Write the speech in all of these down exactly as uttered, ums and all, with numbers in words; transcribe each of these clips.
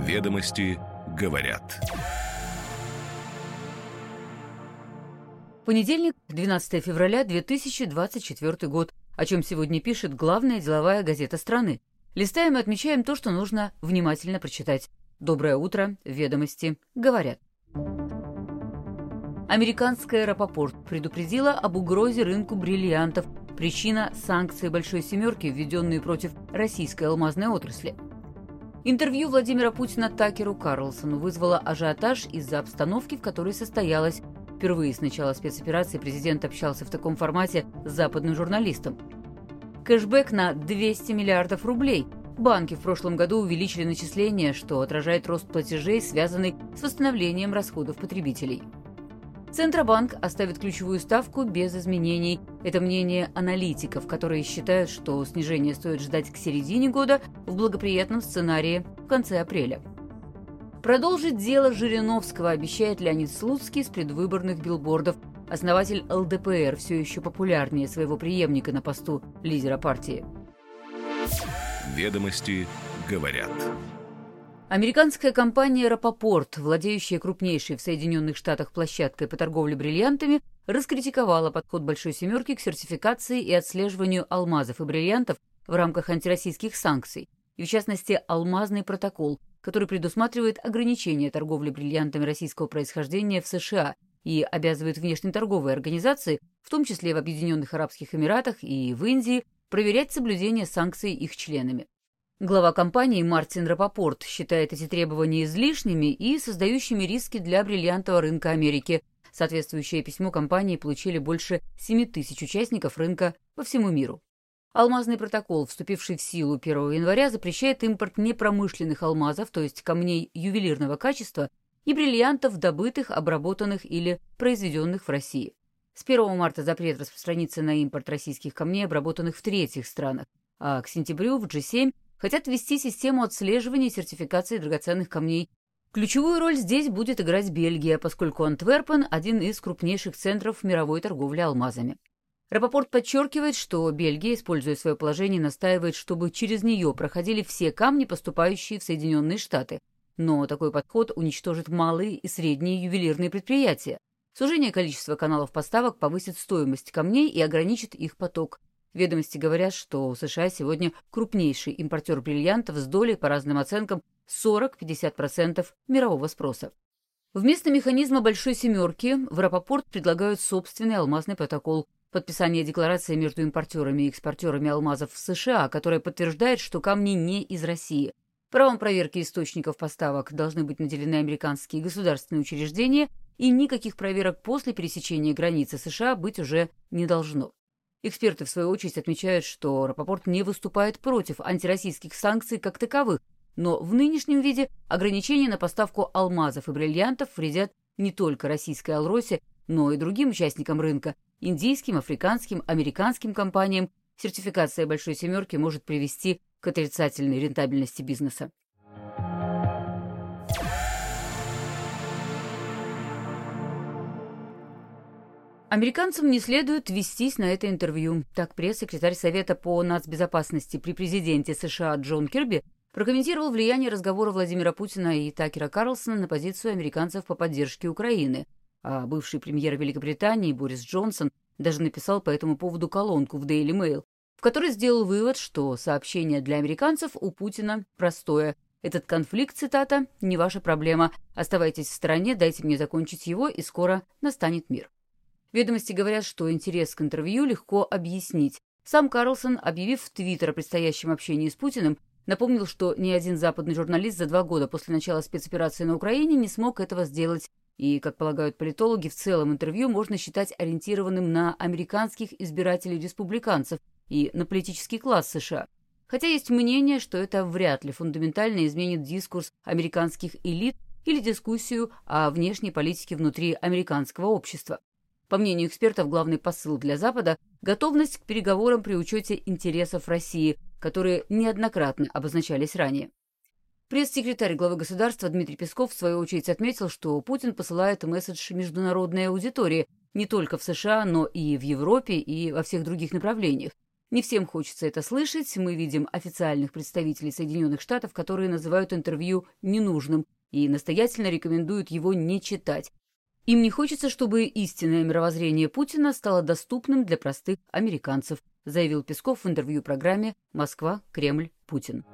Ведомости говорят. Понедельник, двенадцатое февраля две тысячи двадцать четвёртый год. О чем сегодня пишет главная деловая газета страны. Листаем и отмечаем то, что нужно внимательно прочитать. Доброе утро, ведомости говорят. Американская Рапопорт предупредила об угрозе рынку бриллиантов. Причина – санкции Большой Семерки, введенные против российской алмазной отрасли. Интервью Владимира Путина Такеру Карлсону вызвало ажиотаж из-за обстановки, в которой состоялось. Впервые с начала спецоперации президент общался в таком формате с западным журналистом. Кэшбэк на двести миллиардов рублей. Банки в прошлом году увеличили начисления, что отражает рост платежей, связанный с восстановлением расходов потребителей. Центробанк оставит ключевую ставку без изменений. Это мнение аналитиков, которые считают, что снижение стоит ждать к середине года в благоприятном сценарии в конце апреля. Продолжить дело Жириновского обещает Леонид Слуцкий с предвыборных билбордов. Основатель эл дэ пэ эр все еще популярнее своего преемника на посту лидера партии. Ведомости говорят. Американская компания Рапопорт, владеющая крупнейшей в Соединенных Штатах площадкой по торговле бриллиантами, раскритиковала подход Большой Семерки к сертификации и отслеживанию алмазов и бриллиантов в рамках антироссийских санкций, и в частности алмазный протокол, который предусматривает ограничение торговли бриллиантами российского происхождения в США и обязывает внешнеторговые организации, в том числе в Объединенных Арабских Эмиратах и в Индии, проверять соблюдение санкций их членами. Глава компании Мартин Рапопорт считает эти требования излишними и создающими риски для бриллиантового рынка Америки. Соответствующее письмо компании получили больше семи тысяч участников рынка по всему миру. Алмазный протокол, вступивший в силу первого января, запрещает импорт непромышленных алмазов, то есть камней ювелирного качества, и бриллиантов, добытых, обработанных или произведенных в России. С первого марта запрет распространится на импорт российских камней, обработанных в третьих странах, а к сентябрю в джи семь хотят ввести систему отслеживания и сертификации драгоценных камней. Ключевую роль здесь будет играть Бельгия, поскольку Антверпен – один из крупнейших центров мировой торговли алмазами. Рапопорт подчеркивает, что Бельгия, используя свое положение, настаивает, чтобы через нее проходили все камни, поступающие в Соединенные Штаты. Но такой подход уничтожит малые и средние ювелирные предприятия. Сужение количества каналов поставок повысит стоимость камней и ограничит их поток. Ведомости говорят, что США сегодня крупнейший импортер бриллиантов с долей, по разным оценкам, сорок-пятьдесят процентов мирового спроса. Вместо механизма Большой Семерки в Рапопорт предлагают собственный алмазный протокол, подписание декларации между импортерами и экспортерами алмазов в США, которая подтверждает, что камни не из России. Правом проверки источников поставок должны быть наделены американские государственные учреждения, и никаких проверок после пересечения границы США быть уже не должно. Эксперты, в свою очередь, отмечают, что Рапопорт не выступает против антироссийских санкций как таковых, но в нынешнем виде ограничения на поставку алмазов и бриллиантов вредят не только российской Алросе, но и другим участникам рынка – индийским, африканским, американским компаниям. Сертификация Большой Семерки может привести к отрицательной рентабельности бизнеса. Американцам не следует вестись на это интервью. Так пресс-секретарь Совета по нацбезопасности при президенте США Джон Кирби прокомментировал влияние разговора Владимира Путина и Такера Карлсона на позицию американцев по поддержке Украины. А бывший премьер Великобритании Борис Джонсон даже написал по этому поводу колонку в Daily Mail, в которой сделал вывод, что сообщение для американцев у Путина простое. Этот конфликт, цитата, «не ваша проблема. Оставайтесь в стороне, дайте мне закончить его, и скоро настанет мир». Ведомости говорят, что интерес к интервью легко объяснить. Сам Карлсон, объявив в Твиттер о предстоящем общении с Путиным, напомнил, что ни один западный журналист за два года после начала спецоперации на Украине не смог этого сделать. И, как полагают политологи, в целом интервью можно считать ориентированным на американских избирателей-республиканцев и на политический класс США. Хотя есть мнение, что это вряд ли фундаментально изменит дискурс американских элит или дискуссию о внешней политике внутри американского общества. По мнению экспертов, главный посыл для Запада – готовность к переговорам при учете интересов России, которые неоднократно обозначались ранее. Пресс-секретарь главы государства Дмитрий Песков в свою очередь отметил, что Путин посылает месседж международной аудитории не только в США, но и в Европе и во всех других направлениях. Не всем хочется это слышать. Мы видим официальных представителей Соединенных Штатов, которые называют интервью ненужным и настоятельно рекомендуют его не читать. Им не хочется, чтобы истинное мировоззрение Путина стало доступным для простых американцев, заявил Песков в интервью программе «Москва, Кремль, Путин».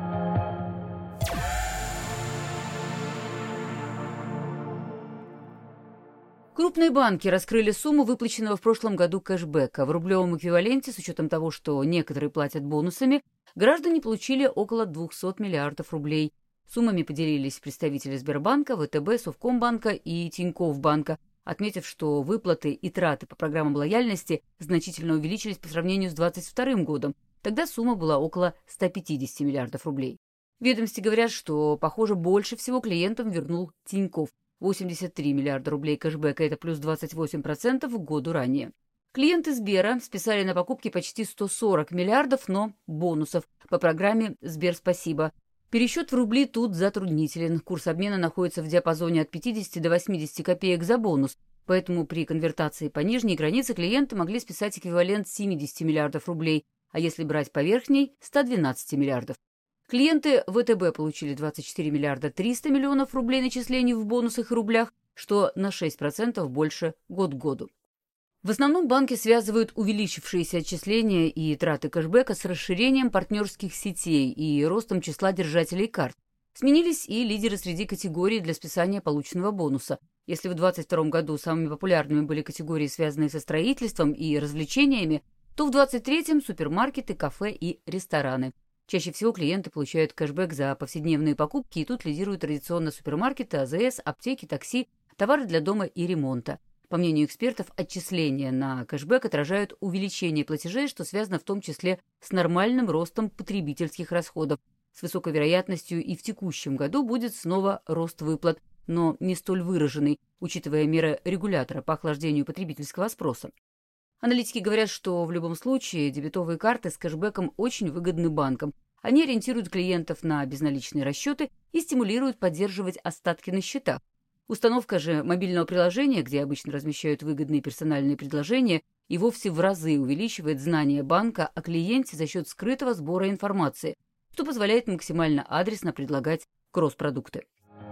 Крупные банки раскрыли сумму выплаченного в прошлом году кэшбэка. В рублевом эквиваленте, с учетом того, что некоторые платят бонусами, граждане получили около двухсот миллиардов рублей. Суммами поделились представители Сбербанка, ВТБ, Совкомбанка и Тинькофф-банка, отметив, что выплаты и траты по программам лояльности значительно увеличились по сравнению с двадцать вторым годом. Тогда сумма была около ста пятидесяти миллиардов рублей. В ведомстве говорят, что, похоже, больше всего клиентам вернул Тинькофф. восемьдесят три миллиарда рублей кэшбэка – это плюс двадцать восемь процентов к году ранее. Клиенты Сбера списали на покупки почти сто сорок миллиардов, но бонусов по программе «Сберспасибо». Пересчет в рубли тут затруднителен. Курс обмена находится в диапазоне от пятидесяти до восьмидесяти копеек за бонус, поэтому при конвертации по нижней границе клиенты могли списать эквивалент семидесяти миллиардов рублей, а если брать по верхней – ста двенадцати миллиардов. Клиенты ВТБ получили двадцать четыре миллиарда триста миллионов рублей начислений в бонусах и рублях, что на шесть процентов больше год к году. В основном банки связывают увеличившиеся отчисления и траты кэшбэка с расширением партнерских сетей и ростом числа держателей карт. Сменились и лидеры среди категорий для списания полученного бонуса. Если в двадцать втором году самыми популярными были категории, связанные со строительством и развлечениями, то в двадцать третьем – супермаркеты, кафе и рестораны. Чаще всего клиенты получают кэшбэк за повседневные покупки, и тут лидируют традиционно супермаркеты, АЗС, аптеки, такси, товары для дома и ремонта. По мнению экспертов, отчисления на кэшбэк отражают увеличение платежей, что связано в том числе с нормальным ростом потребительских расходов. С высокой вероятностью и в текущем году будет снова рост выплат, но не столь выраженный, учитывая меры регулятора по охлаждению потребительского спроса. Аналитики говорят, что в любом случае дебетовые карты с кэшбэком очень выгодны банкам. Они ориентируют клиентов на безналичные расчеты и стимулируют поддерживать остатки на счетах. Установка же мобильного приложения, где обычно размещают выгодные персональные предложения, и вовсе в разы увеличивает знание банка о клиенте за счет скрытого сбора информации, что позволяет максимально адресно предлагать кросс-продукты.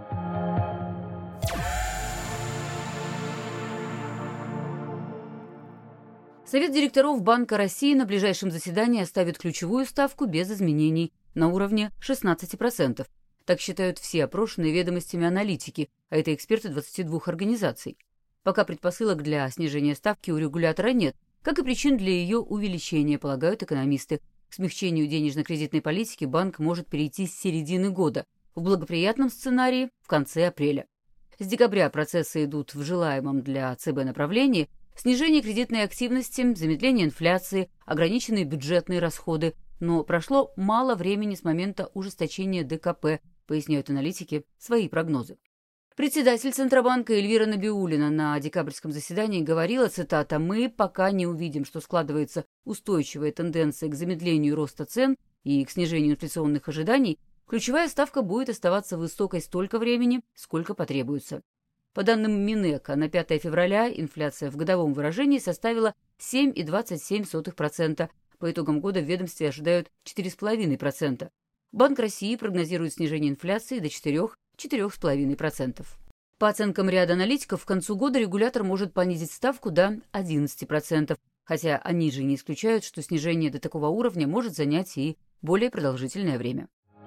Совет директоров Банка России на ближайшем заседании оставит ключевую ставку без изменений на уровне шестнадцати процентов. Так считают все опрошенные ведомостями аналитики, а это эксперты двадцати двух организаций. Пока предпосылок для снижения ставки у регулятора нет, как и причин для ее увеличения, полагают экономисты. К смягчению денежно-кредитной политики банк может перейти с середины года, в благоприятном сценарии – в конце апреля. С декабря процессы идут в желаемом для ЦБ направлении: снижение кредитной активности, замедление инфляции, ограниченные бюджетные расходы. Но прошло мало времени с момента ужесточения ДКП, поясняют аналитики свои прогнозы. Председатель Центробанка Эльвира Набиуллина на декабрьском заседании говорила, цитата: «Мы пока не увидим, что складывается устойчивая тенденция к замедлению роста цен и к снижению инфляционных ожиданий, ключевая ставка будет оставаться высокой столько времени, сколько потребуется». По данным Минэка, на пятое февраля инфляция в годовом выражении составила семь целых двадцать семь сотых процента. По итогам года в ведомстве ожидают четыре целых пять десятых процента. Банк России прогнозирует снижение инфляции до четырёх — четырёх целых пяти десятых процента. По оценкам ряда аналитиков, к концу года регулятор может понизить ставку до одиннадцати процентов, хотя они же не исключают, что снижение до такого уровня может занять и более продолжительное время.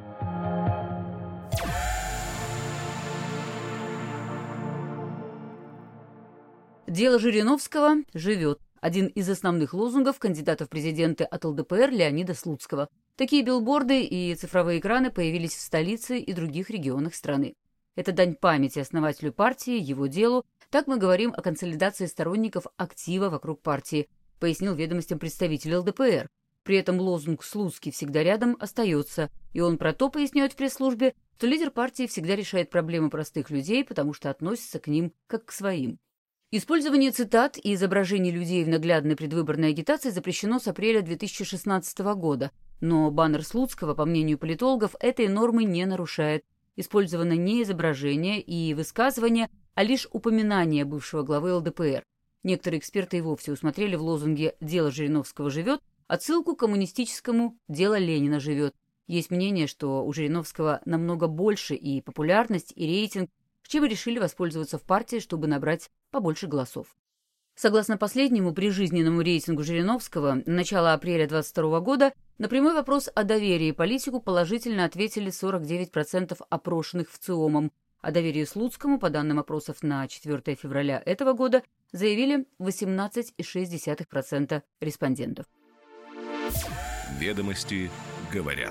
Дело Жириновского живет. Один из основных лозунгов кандидата в президенты от ЛДПР Леонида Слуцкого. Такие билборды и цифровые экраны появились в столице и других регионах страны. Это дань памяти основателю партии, его делу. Так мы говорим о консолидации сторонников актива вокруг партии, пояснил ведомостям представитель ЛДПР. При этом лозунг «Слуцкий всегда рядом» остается, и он про то поясняет в пресс-службе, что лидер партии всегда решает проблемы простых людей, потому что относится к ним как к своим. Использование цитат и изображений людей в наглядной предвыборной агитации запрещено с апреля две тысячи шестнадцатого года, но баннер Слуцкого, по мнению политологов, этой нормы не нарушает. Использовано не изображение и высказывание, а лишь упоминание бывшего главы ЛДПР. Некоторые эксперты и вовсе усмотрели в лозунге «Дело Жириновского живет» отсылку к коммунистическому «Дело Ленина живет». Есть мнение, что у Жириновского намного больше и популярность, и рейтинг, чем решили воспользоваться в партии, чтобы набрать побольше голосов. Согласно последнему прижизненному рейтингу Жириновского, на начало апреля двадцать второго года на прямой вопрос о доверии политику положительно ответили сорок девять процентов опрошенных в ЦИОМом. О доверии Слуцкому, по данным опросов на четвёртое февраля этого года, заявили восемнадцать целых шесть десятых процента респондентов. Ведомости говорят.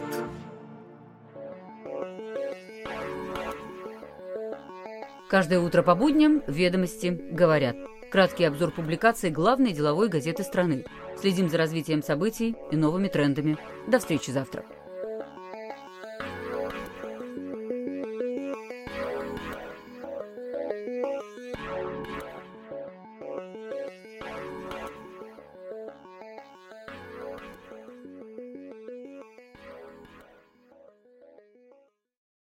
Каждое утро по будням «Ведомости говорят». Краткий обзор публикаций главной деловой газеты страны. Следим за развитием событий и новыми трендами. До встречи завтра.